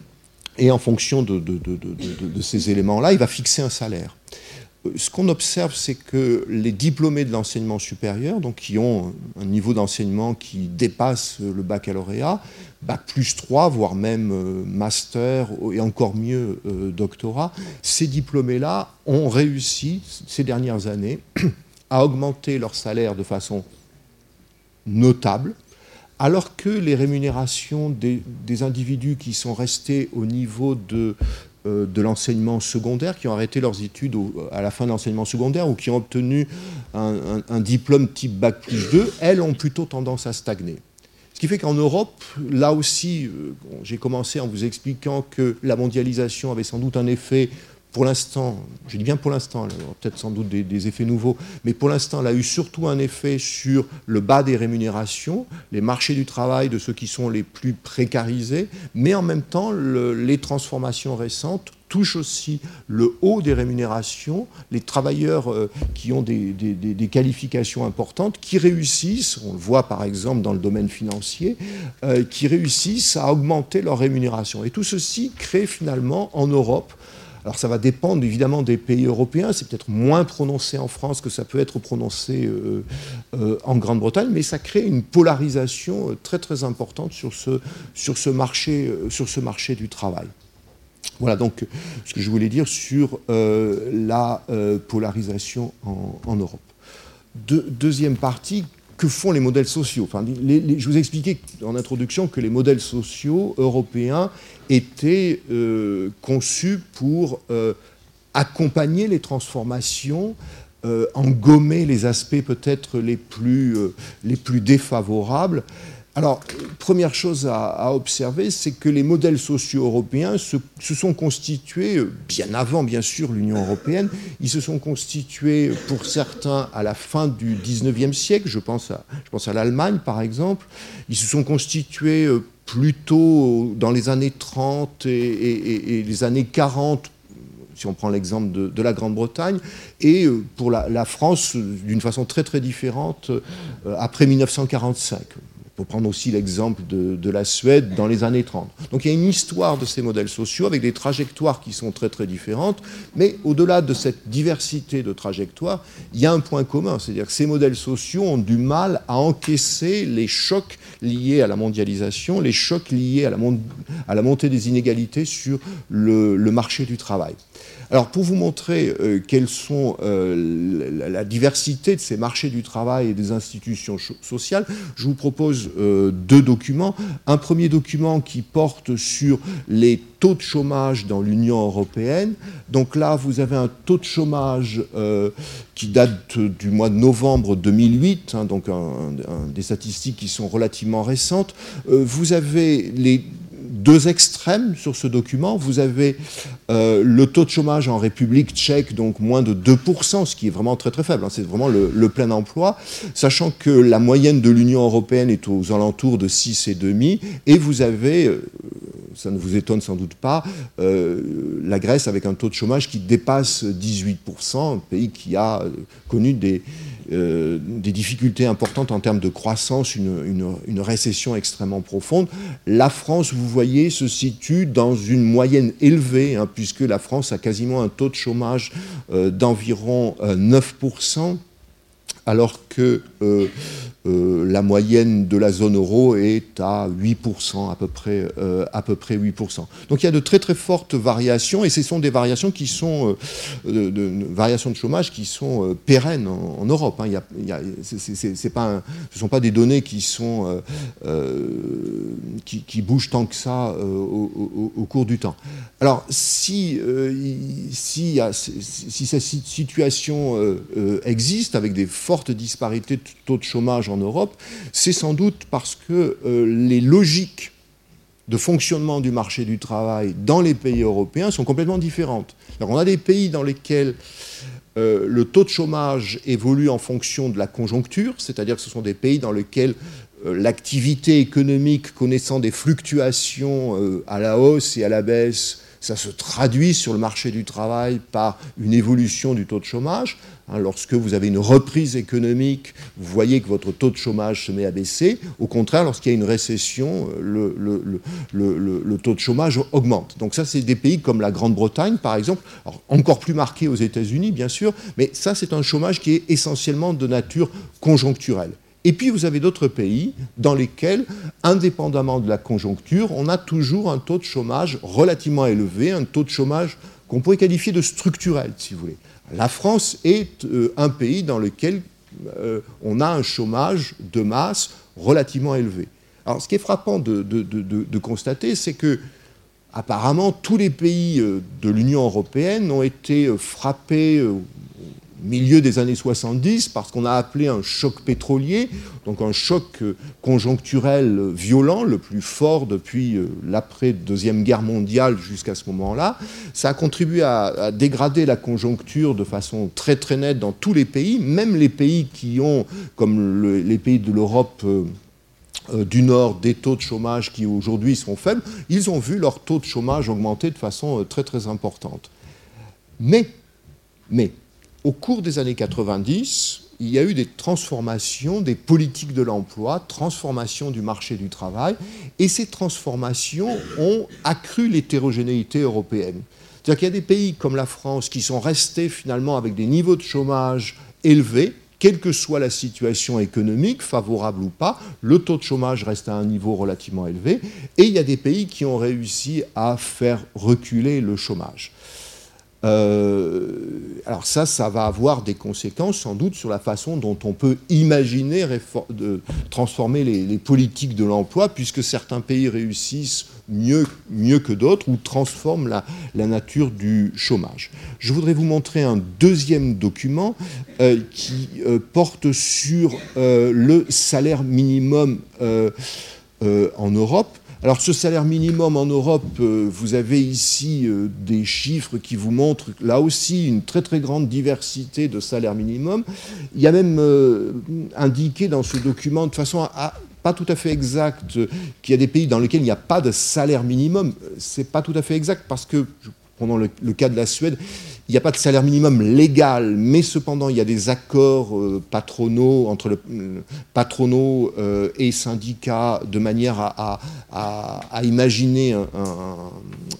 et en fonction de, de, de, de, de, de ces éléments-là, il va fixer un salaire. Ce qu'on observe, c'est que les diplômés de l'enseignement supérieur, donc qui ont un niveau d'enseignement qui dépasse le baccalauréat, bac plus trois, voire même master et encore mieux doctorat, ces diplômés-là ont réussi ces dernières années à augmenter leur salaire de façon notable, alors que les rémunérations des, des individus qui sont restés au niveau de de l'enseignement secondaire, qui ont arrêté leurs études au, à la fin de l'enseignement secondaire ou qui ont obtenu un, un, un diplôme type bac plus deux, elles ont plutôt tendance à stagner. Ce qui fait qu'en Europe, là aussi, euh, bon, j'ai commencé en vous expliquant que la mondialisation avait sans doute un effet, pour l'instant, je dis bien pour l'instant, peut-être sans doute des, des effets nouveaux, mais pour l'instant, elle a eu surtout un effet sur le bas des rémunérations, les marchés du travail de ceux qui sont les plus précarisés, mais en même temps, le, les transformations récentes touchent aussi le haut des rémunérations, les travailleurs euh, qui ont des, des, des qualifications importantes, qui réussissent, on le voit par exemple dans le domaine financier, euh, qui réussissent à augmenter leur rémunération. Et tout ceci crée finalement en Europe, alors ça va dépendre évidemment des pays européens, c'est peut-être moins prononcé en France que ça peut être prononcé euh, euh, en Grande-Bretagne, mais ça crée une polarisation très très importante sur ce, sur ce, marché, sur ce marché du travail. Voilà donc ce que je voulais dire sur euh, la euh, polarisation en, en Europe. De, deuxième partie, que font les modèles sociaux? Enfin, les, les, je vous ai expliqué en introduction que les modèles sociaux européens étaient euh, conçus pour euh, accompagner les transformations, euh, engommer les aspects peut-être les plus, euh, les plus défavorables. Alors, première chose à, à observer, c'est que les modèles sociaux européens se, se sont constitués, bien avant, bien sûr, l'Union européenne, ils se sont constitués, pour certains, à la fin du dix-neuvième siècle, je pense à, je pense à l'Allemagne, par exemple, ils se sont constitués plutôt dans les années trente et, et, et les années quarante, si on prend l'exemple de, de la Grande-Bretagne, et pour la, la France, d'une façon très très différente, après mille neuf cent quarante-cinq. On peut prendre aussi l'exemple de, de la Suède dans les années trente. Donc il y a une histoire de ces modèles sociaux avec des trajectoires qui sont très très différentes, mais au-delà de cette diversité de trajectoires, il y a un point commun, c'est-à-dire que ces modèles sociaux ont du mal à encaisser les chocs liés à la mondialisation, les chocs liés à la, mon- à la montée des inégalités sur le, le marché du travail. Alors, pour vous montrer euh, quelles sont euh, la, la diversité de ces marchés du travail et des institutions sociales, je vous propose euh, deux documents. Un premier document qui porte sur les taux de chômage dans l'Union européenne. Donc là, vous avez un taux de chômage euh, qui date du mois de novembre deux mille huit, hein, donc un, un, des statistiques qui sont relativement récentes. Euh, vous avez les deux extrêmes sur ce document. Vous avez euh, le taux de chômage en République tchèque, donc moins de deux pour cent, ce qui est vraiment très très faible, hein, c'est vraiment le, le plein emploi, sachant que la moyenne de l'Union européenne est aux alentours de six virgule cinq, et vous avez, euh, ça ne vous étonne sans doute pas, euh, la Grèce avec un taux de chômage qui dépasse dix-huit pour cent, un pays qui a connu des... Euh, des difficultés importantes en termes de croissance, une, une, une récession extrêmement profonde. La France, vous voyez, se situe dans une moyenne élevée, hein, puisque la France a quasiment un taux de chômage euh, d'environ euh, neuf pour cent, alors que euh, euh, la moyenne de la zone euro est à huit pour cent, à peu près, euh, à peu près huit pour cent. Donc il y a de très très fortes variations, et ce sont des variations qui sont euh, de, de, de variations de chômage qui sont euh, pérennes en, en Europe. Hein. Il y a, il y a, c'est, c'est, c'est pas un, ce ne sont pas des données qui sont euh, euh, qui, qui bougent tant que ça euh, au, au, au cours du temps. Alors si euh, si, y a, si, si cette situation euh, euh, existe avec des fortes disparités de taux de chômage en Europe, c'est sans doute parce que euh, les logiques de fonctionnement du marché du travail dans les pays européens sont complètement différentes. Alors, on a des pays dans lesquels euh, le taux de chômage évolue en fonction de la conjoncture, c'est-à-dire que ce sont des pays dans lesquels euh, l'activité économique connaissant des fluctuations euh, à la hausse et à la baisse, ça se traduit sur le marché du travail par une évolution du taux de chômage. Hein, lorsque vous avez une reprise économique, vous voyez que votre taux de chômage se met à baisser. Au contraire, lorsqu'il y a une récession, le, le, le, le, le taux de chômage augmente. Donc ça, c'est des pays comme la Grande-Bretagne, par exemple, alors, encore plus marqué aux États-Unis, bien sûr, mais ça, c'est un chômage qui est essentiellement de nature conjoncturelle. Et puis, vous avez d'autres pays dans lesquels, indépendamment de la conjoncture, on a toujours un taux de chômage relativement élevé, un taux de chômage qu'on pourrait qualifier de structurel, si vous voulez. La France est euh, un pays dans lequel euh, on a un chômage de masse relativement élevé. Alors, ce qui est frappant de, de, de, de constater, c'est que, apparemment, tous les pays euh, de l'Union européenne ont été euh, frappés euh, milieu des années soixante-dix, parce qu'on a appelé un choc pétrolier, donc un choc conjoncturel violent, le plus fort depuis l'après-deuxième guerre mondiale jusqu'à ce moment-là. Ça a contribué à, à dégrader la conjoncture de façon très très nette dans tous les pays, même les pays qui ont, comme le, les pays de l'Europe euh, euh, du Nord, des taux de chômage qui aujourd'hui sont faibles, ils ont vu leur taux de chômage augmenter de façon euh, très très importante. Mais, mais, au cours des années quatre-vingt-dix, il y a eu des transformations des politiques de l'emploi, transformations du marché du travail, et ces transformations ont accru l'hétérogénéité européenne. C'est-à-dire qu'il y a des pays comme la France qui sont restés finalement avec des niveaux de chômage élevés, quelle que soit la situation économique, favorable ou pas, le taux de chômage reste à un niveau relativement élevé, et il y a des pays qui ont réussi à faire reculer le chômage. Euh, alors ça, ça va avoir des conséquences sans doute sur la façon dont on peut imaginer de transformer les, les politiques de l'emploi, puisque certains pays réussissent mieux, mieux que d'autres ou transforment la, la nature du chômage. Je voudrais vous montrer un deuxième document euh, qui euh, porte sur euh, le salaire minimum euh, euh, en Europe. Alors ce salaire minimum en Europe, euh, vous avez ici euh, des chiffres qui vous montrent là aussi une très très grande diversité de salaires minimum. Il y a même euh, indiqué dans ce document de façon à, à, pas tout à fait exacte euh, qu'il y a des pays dans lesquels il n'y a pas de salaire minimum. C'est pas tout à fait exact parce que, prenons le, le cas de la Suède, il n'y a pas de salaire minimum légal, mais cependant, il y a des accords euh, patronaux entre le, le patronaux euh, et syndicats de manière à, à, à, à imaginer un, un,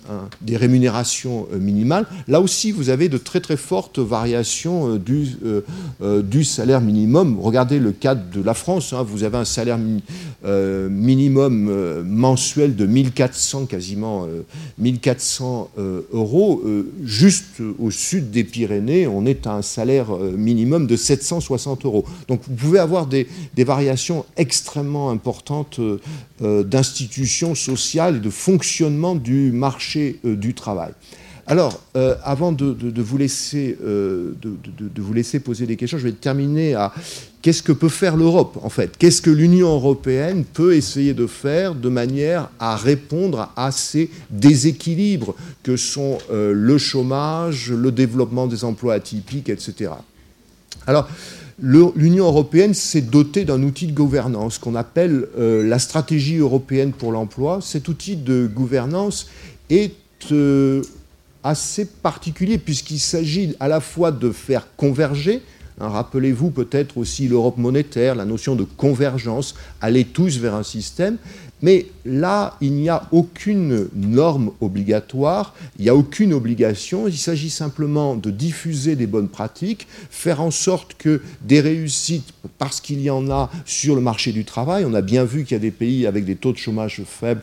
un, des rémunérations euh, minimales. Là aussi, vous avez de très très fortes variations euh, du, euh, euh, du salaire minimum. Regardez le cas de la France, hein, vous avez un salaire mi euh, minimum euh, mensuel de mille quatre cents, quasiment euh, mille quatre cents euh, euros. Euh, juste au sud des Pyrénées, on est à un salaire euh, minimum de sept cent soixante euros. Donc vous pouvez avoir des, des variations extrêmement importantes euh, euh, d'institutions sociales et de fonctionnement du marché euh, du travail. Alors, euh, avant de, de, de, vous laisser, euh, de, de, de vous laisser poser des questions, je vais terminer à qu'est-ce que peut faire l'Europe, en fait? Qu'est-ce que l'Union européenne peut essayer de faire de manière à répondre à ces déséquilibres que sont euh, le chômage, le développement des emplois atypiques, et cetera. Alors, l'Union européenne s'est dotée d'un outil de gouvernance qu'on appelle euh, la stratégie européenne pour l'emploi. Cet outil de gouvernance est euh, assez particulier puisqu'il s'agit à la fois de faire converger, hein, rappelez-vous peut-être aussi l'Europe monétaire, la notion de convergence, aller tous vers un système, mais là, il n'y a aucune norme obligatoire, il n'y a aucune obligation, il s'agit simplement de diffuser des bonnes pratiques, faire en sorte que des réussites, parce qu'il y en a sur le marché du travail, on a bien vu qu'il y a des pays avec des taux de chômage faibles,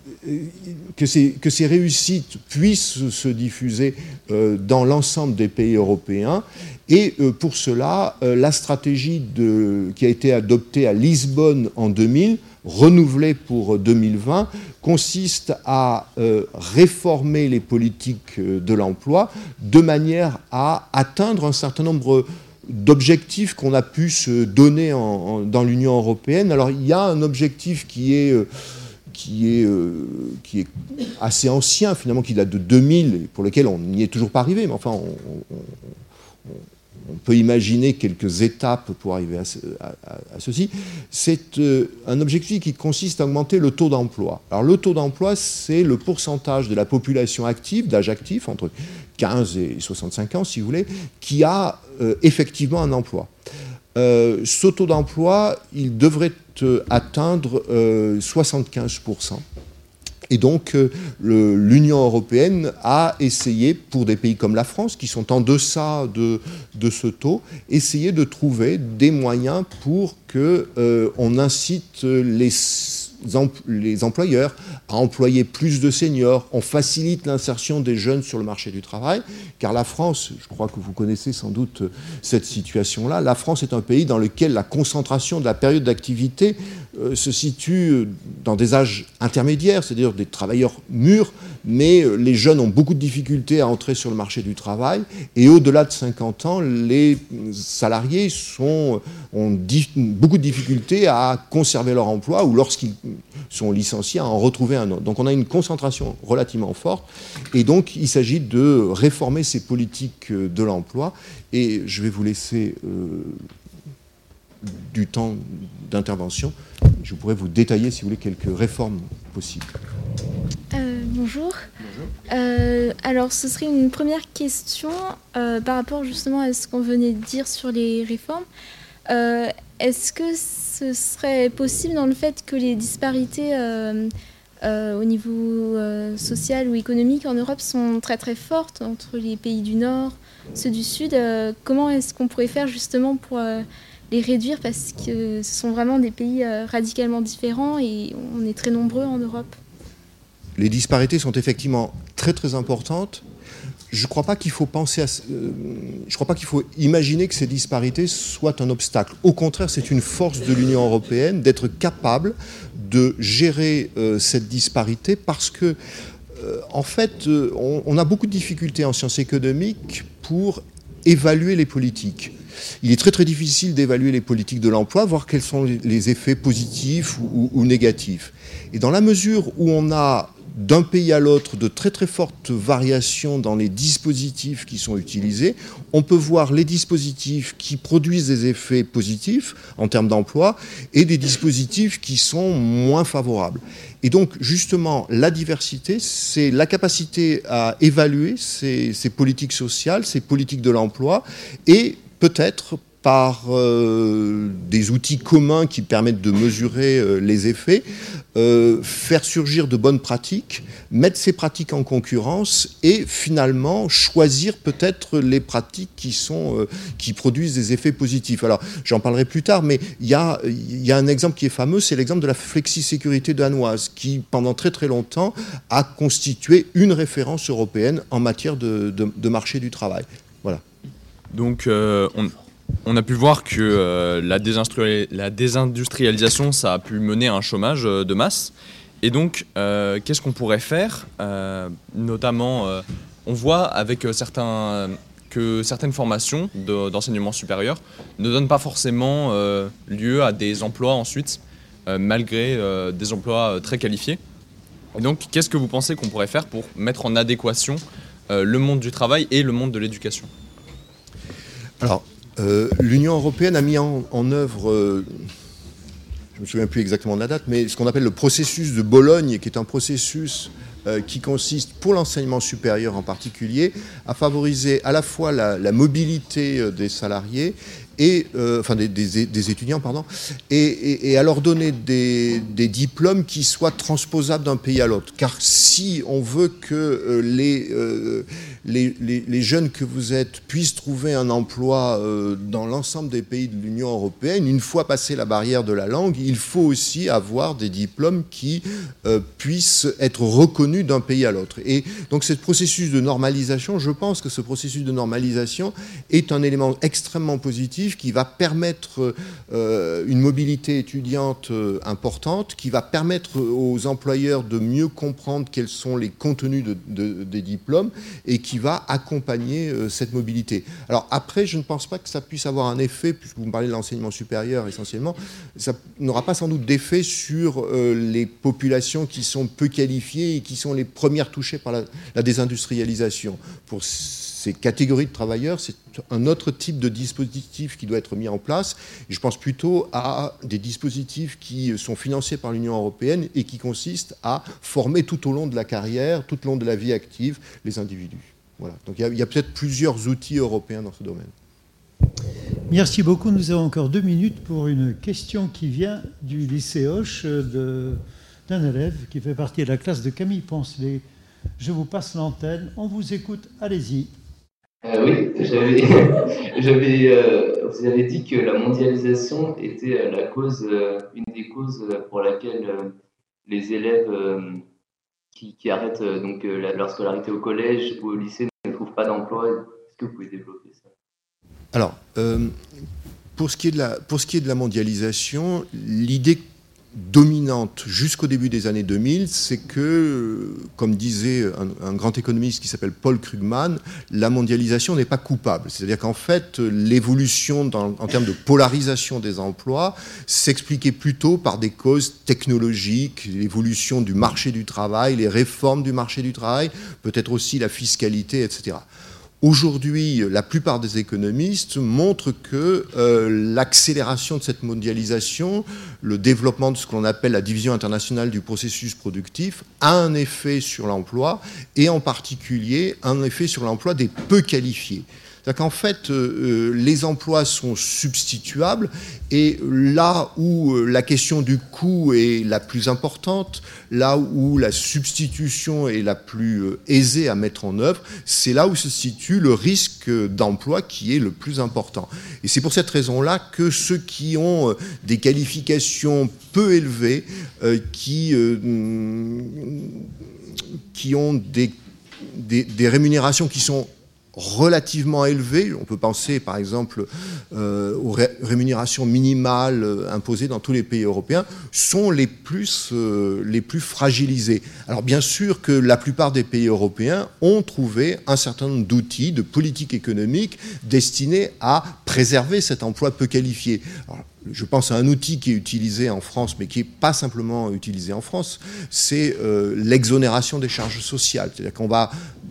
que ces, que ces réussites puissent se diffuser euh, dans l'ensemble des pays européens. Et euh, pour cela, euh, la stratégie de, qui a été adoptée à Lisbonne en deux mille, renouvelée pour deux mille vingt, consiste à euh, réformer les politiques de l'emploi de manière à atteindre un certain nombre d'objectifs qu'on a pu se donner en, en, dans l'Union européenne. Alors, il y a un objectif qui est... Euh, Qui est, euh, qui est assez ancien, finalement, qui date de deux mille, et pour lequel on n'y est toujours pas arrivé, mais enfin, on, on, on, on peut imaginer quelques étapes pour arriver à, ce, à, à ceci. C'est euh, un objectif qui consiste à augmenter le taux d'emploi. Alors, le taux d'emploi, c'est le pourcentage de la population active, d'âge actif, entre quinze et soixante-cinq ans, si vous voulez, qui a euh, effectivement un emploi. Euh, ce taux d'emploi, il devrait euh, atteindre euh, soixante-quinze pour cent. Et donc, euh, l'Union européenne a essayé, pour des pays comme la France, qui sont en deçà de, de ce taux, essayer de trouver des moyens pour qu'on euh, incite les, les employeurs à employer plus de seniors, on facilite l'insertion des jeunes sur le marché du travail, car la France, je crois que vous connaissez sans doute cette situation-là, la France est un pays dans lequel la concentration de la période d'activité euh, se situe dans des âges intermédiaires, c'est-à-dire des travailleurs mûrs, mais les jeunes ont beaucoup de difficultés à entrer sur le marché du travail, et au-delà de cinquante ans, les salariés sont, ont di- beaucoup de difficultés à conserver leur emploi, ou lorsqu'ils sont licenciés, à en retrouver un autre. Donc on a une concentration relativement forte, et donc il s'agit de réformer ces politiques de l'emploi, et je vais vous laisser euh, du temps d'intervention. Je pourrais vous détailler, si vous voulez, quelques réformes possibles. Euh, bonjour. Bonjour. Euh, alors, ce serait une première question euh, par rapport justement à ce qu'on venait de dire sur les réformes. Euh, est-ce que ce serait possible dans le fait que les disparités euh, euh, au niveau euh, social ou économique en Europe sont très très fortes entre les pays du Nord, ceux du Sud? euh, Comment est-ce qu'on pourrait faire justement pour euh, les réduire, parce que ce sont vraiment des pays euh, radicalement différents et on est très nombreux en Europe? Les disparités sont effectivement très très importantes. Je ne crois pas qu'il faut penser à, euh, je crois pas qu'il faut imaginer que ces disparités soient un obstacle. Au contraire, c'est une force de l'Union européenne d'être capable de gérer euh, cette disparité, parce que, euh, en fait, euh, on, on a beaucoup de difficultés en sciences économiques pour évaluer les politiques. Il est très très difficile d'évaluer les politiques de l'emploi, voir quels sont les effets positifs ou, ou, ou négatifs. Et dans la mesure où on a d'un pays à l'autre de très très fortes variations dans les dispositifs qui sont utilisés, on peut voir les dispositifs qui produisent des effets positifs en termes d'emploi et des dispositifs qui sont moins favorables. Et donc justement, la diversité, c'est la capacité à évaluer ces, ces politiques sociales, ces politiques de l'emploi, et peut-être par euh, des outils communs qui permettent de mesurer euh, les effets, euh, faire surgir de bonnes pratiques, mettre ces pratiques en concurrence et finalement choisir peut-être les pratiques qui, sont, euh, qui produisent des effets positifs. Alors, j'en parlerai plus tard, mais il y a, y a un exemple qui est fameux, c'est l'exemple de la flexisécurité danoise, qui pendant très très longtemps a constitué une référence européenne en matière de, de, de marché du travail. Voilà. Donc, euh, on... On a pu voir que euh, la, désinstru- la désindustrialisation, ça a pu mener à un chômage euh, de masse. Et donc, euh, qu'est-ce qu'on pourrait faire euh, Notamment, euh, on voit avec euh, certains, que certaines formations de, d'enseignement supérieur ne donnent pas forcément euh, lieu à des emplois ensuite, euh, malgré euh, des emplois euh, très qualifiés. Et donc, qu'est-ce que vous pensez qu'on pourrait faire pour mettre en adéquation euh, le monde du travail et le monde de l'éducation ? Alors, Euh, l'Union européenne a mis en, en œuvre, euh, je ne me souviens plus exactement de la date, mais ce qu'on appelle le processus de Bologne, qui est un processus euh, qui consiste, pour l'enseignement supérieur en particulier, à favoriser à la fois la, la mobilité euh, des salariés, et, euh, enfin des, des, des étudiants, pardon, et, et, et à leur donner des, des diplômes qui soient transposables d'un pays à l'autre. Car si on veut que euh, les, euh, les, les, les jeunes que vous êtes puissent trouver un emploi euh, dans l'ensemble des pays de l'Union européenne, une fois passé la barrière de la langue, il faut aussi avoir des diplômes qui euh, puissent être reconnus d'un pays à l'autre. Et donc ce processus de normalisation, je pense que ce processus de normalisation est un élément extrêmement positif qui va permettre euh, une mobilité étudiante euh, importante, qui va permettre aux employeurs de mieux comprendre quels sont les contenus de, de, des diplômes et qui va accompagner euh, cette mobilité. Alors après, je ne pense pas que ça puisse avoir un effet, puisque vous me parlez de l'enseignement supérieur essentiellement, ça n'aura pas sans doute d'effet sur euh, les populations qui sont peu qualifiées et qui sont les premières touchées par la, la désindustrialisation. Pour ces catégories de travailleurs, c'est un autre type de dispositif qui doit être mis en place. Et je pense plutôt à des dispositifs qui sont financés par l'Union européenne et qui consistent à former tout au long de la carrière, tout au long de la vie active, les individus. Voilà. Donc il y a, il y a peut-être plusieurs outils européens dans ce domaine. Merci beaucoup. Nous avons encore deux minutes pour une question qui vient du lycée Hoche de, d'un élève qui fait partie de la classe de Camille Poncelet. Je vous passe l'antenne. On vous écoute. Allez-y. Euh, oui, j'avais, j'avais, euh, vous avez dit que la mondialisation était euh, la cause, euh, une des causes pour laquelle euh, les élèves euh, qui, qui arrêtent euh, donc euh, la, leur scolarité au collège ou au lycée ne trouvent pas d'emploi. Est-ce que vous pouvez développer ça ? Alors, euh, pour ce qui est de la, pour ce qui est de la mondialisation, l'idée dominante jusqu'au début des années deux mille, c'est que, comme disait un, un grand économiste qui s'appelle Paul Krugman, la mondialisation n'est pas coupable. C'est-à-dire qu'en fait, l'évolution dans, en termes de polarisation des emplois s'expliquait plutôt par des causes technologiques, l'évolution du marché du travail, les réformes du marché du travail, peut-être aussi la fiscalité, et cetera. Aujourd'hui, la plupart des économistes montrent que euh, l'accélération de cette mondialisation, le développement de ce qu'on appelle la division internationale du processus productif, a un effet sur l'emploi et en particulier un effet sur l'emploi des peu qualifiés. C'est-à-dire qu'en fait, euh, les emplois sont substituables et là où la question du coût est la plus importante, là où la substitution est la plus euh, aisée à mettre en œuvre, c'est là où se situe le risque d'emploi qui est le plus important. Et c'est pour cette raison-là que ceux qui ont euh, des qualifications peu élevées, euh, qui, euh, qui ont des, des, des rémunérations qui sont relativement élevés. On peut penser par exemple euh, aux ré rémunérations minimales euh, imposées dans tous les pays européens, sont les plus, euh, les plus fragilisés. Alors bien sûr que la plupart des pays européens ont trouvé un certain nombre d'outils, de politiques économiques destinés à préserver cet emploi peu qualifié. Alors, je pense à un outil qui est utilisé en France, mais qui n'est pas simplement utilisé en France, c'est euh, l'exonération des charges sociales. C'est-à-dire qu'on va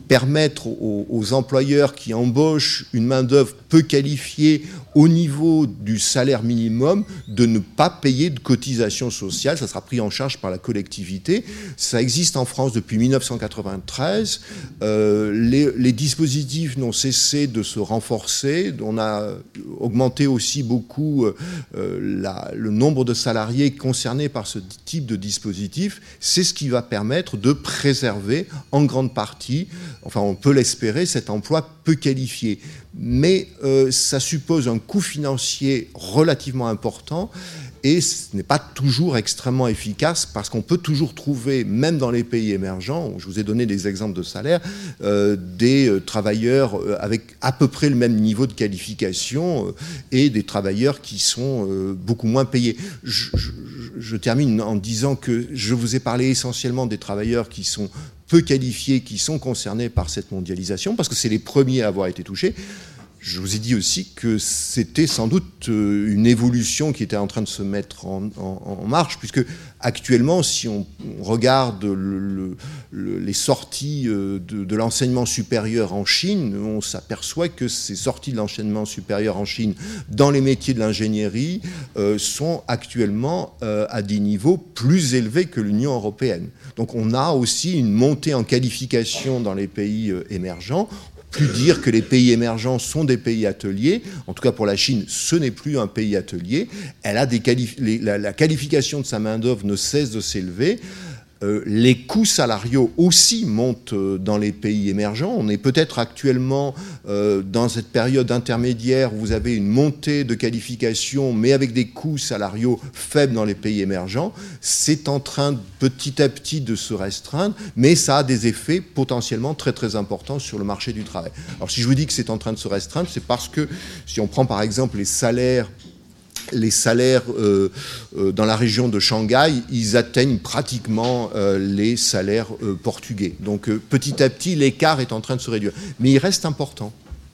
permettre aux, aux employeurs qui embauchent une main-d'œuvre peu qualifiée au niveau du salaire minimum de ne pas payer de cotisations sociales. Ça sera pris en charge par la collectivité. Ça existe en France depuis mille neuf cent quatre-vingt-treize. Euh, les, les dispositifs n'ont cessé de se renforcer. On a augmenté aussi beaucoup euh, la, le nombre de salariés concernés par ce type de dispositif. C'est ce qui va permettre de préserver en grande partie, enfin on peut l'espérer, cet emploi peu qualifié. Mais euh, ça suppose un coût financier relativement important et ce n'est pas toujours extrêmement efficace parce qu'on peut toujours trouver, même dans les pays émergents, je vous ai donné des exemples de salaire, euh, des euh, travailleurs euh, avec à peu près le même niveau de qualification euh, et des travailleurs qui sont euh, beaucoup moins payés. Je, je, je termine en disant que je vous ai parlé essentiellement des travailleurs qui sont peu qualifiés, qui sont concernés par cette mondialisation, parce que c'est les premiers à avoir été touchés. Je vous ai dit aussi que c'était sans doute une évolution qui était en train de se mettre en, en, en marche, puisque actuellement, si on regarde le, le, le, les sorties de, de l'enseignement supérieur en Chine, on s'aperçoit que ces sorties de l'enseignement supérieur en Chine dans les métiers de l'ingénierie euh, sont actuellement euh, à des niveaux plus élevés que l'Union européenne. Donc on a aussi une montée en qualification dans les pays euh, émergents. Plus dire que les pays émergents sont des pays ateliers. En tout cas, pour la Chine, ce n'est plus un pays atelier. Elle a des qualif- les, la, la qualification de sa main-d'œuvre ne cesse de s'élever. Euh, les coûts salariaux aussi montent euh, dans les pays émergents. On est peut-être actuellement euh, dans cette période intermédiaire où vous avez une montée de qualification, mais avec des coûts salariaux faibles dans les pays émergents. C'est en train petit à petit de se restreindre, mais ça a des effets potentiellement très très importants sur le marché du travail. Alors si je vous dis que c'est en train de se restreindre, c'est parce que si on prend par exemple les salaires les salaires euh, euh, dans la région de Shanghai, ils atteignent pratiquement euh, les salaires euh, portugais. Donc euh, petit à petit, l'écart est en train de se réduire. Mais il reste important.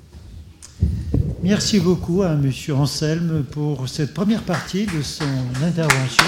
Merci beaucoup à M. Anselme pour cette première partie de son intervention.